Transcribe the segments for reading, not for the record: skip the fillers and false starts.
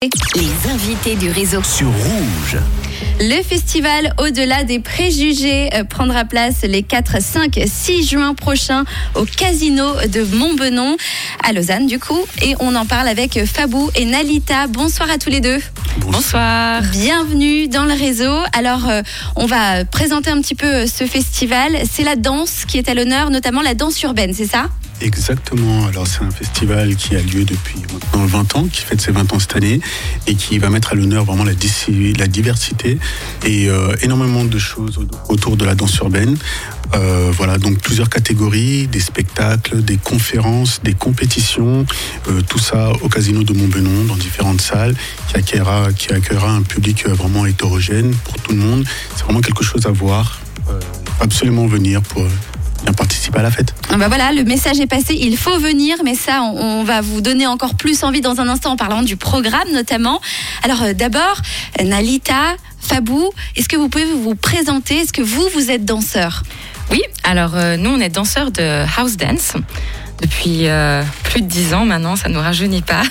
Les invités du réseau sur Rouge. Le festival Au-delà des préjugés prendra place les 4, 5, 6 juin prochains au Casino de Montbenon à Lausanne du coup. Et on en parle avec Fabou et Nalita. Bonsoir à tous les deux. Bonsoir. Bienvenue dans le réseau. Alors, on va présenter un petit peu ce festival. C'est la danse qui est à l'honneur, notamment la danse urbaine, c'est ça ? Exactement. Alors, c'est un festival qui a lieu depuis maintenant 20 ans, qui fête ses 20 ans cette année et qui va mettre à l'honneur vraiment la diversité et énormément de choses autour de la danse urbaine. Voilà, donc plusieurs catégories, des spectacles, des conférences, des compétitions, tout ça au Casino de Montbenon, dans différentes salles, qui accueillera un public vraiment hétérogène pour tout le monde. C'est vraiment quelque chose à voir, absolument venir pour bien participer à la fête. Ben voilà, le message est passé, il faut venir, mais ça, on va vous donner encore plus envie dans un instant en parlant du programme notamment. Alors d'abord, Nalita, Fabou, est-ce que vous pouvez vous présenter ? Est-ce que vous êtes danseur ? Oui, alors nous on est danseurs de house dance depuis plus de 10 ans maintenant, ça ne nous rajeunit pas.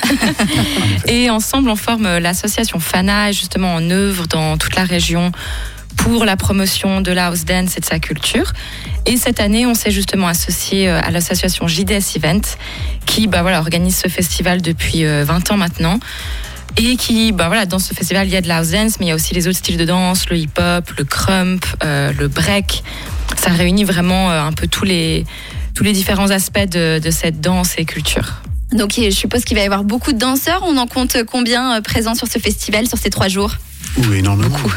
Et ensemble on forme l'association Fana, et justement on œuvre dans toute la région pour la promotion de la house dance et de sa culture. Et cette année, on s'est justement associé à l'association JDS Event qui organise ce festival depuis 20 ans maintenant. Et qui, dans ce festival, il y a de la house dance, mais il y a aussi les autres styles de danse, le hip-hop, le crump, le break. Ça réunit vraiment un peu tous les différents aspects de cette danse et culture. Donc je suppose qu'il va y avoir beaucoup de danseurs. On en compte combien présents sur ce festival, sur ces 3 jours ? Oui, énormément. Beaucoup.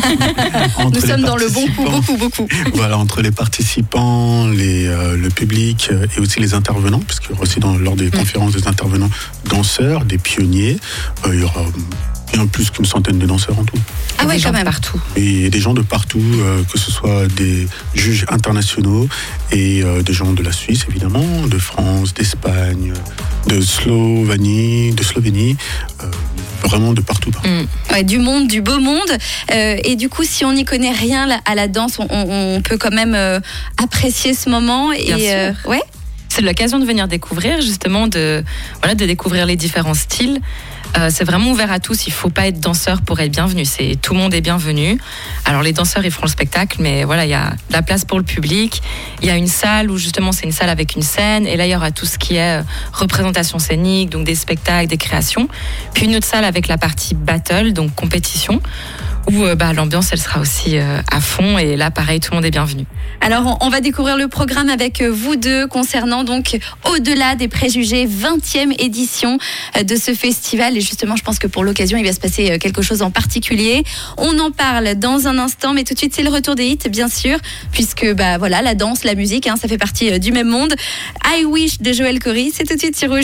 Nous sommes dans le bon coup, beaucoup. Voilà, entre les participants, le public et aussi les intervenants, parce qu'il y aura aussi lors des conférences des intervenants danseurs, des pionniers, il y aura bien plus qu'une centaine de danseurs en tout. Ah ouais, quand même. Partout. Et des gens de partout, que ce soit des juges internationaux et des gens de la Suisse évidemment, de France, d'Espagne, de Slovénie, vraiment de partout. Ouais, du monde, du beau monde. Et du coup, si on n'y connaît rien à la danse, on peut quand même apprécier ce moment. Bien sûr. Ouais. C'est l'occasion de venir découvrir, justement, de découvrir les différents styles. C'est vraiment ouvert à tous, il ne faut pas être danseur pour être bienvenu, tout le monde est bienvenu. Alors les danseurs ils feront le spectacle, mais voilà, il y a de la place pour le public. Il y a une salle où justement c'est une salle avec une scène, et là il y aura tout ce qui est représentation scénique, donc des spectacles, des créations. Puis une autre salle avec la partie battle, donc compétition, où l'ambiance elle sera aussi à fond, et là pareil, tout le monde est bienvenu. Alors on va découvrir le programme avec vous deux concernant donc Au-delà des préjugés, 20e édition de ce festival. Et justement, je pense que pour l'occasion, il va se passer quelque chose en particulier. On en parle dans un instant, mais tout de suite, c'est le retour des hits, bien sûr, puisque la danse, la musique, ça fait partie du même monde. I Wish de Joël Corry, c'est tout de suite sur Rouge.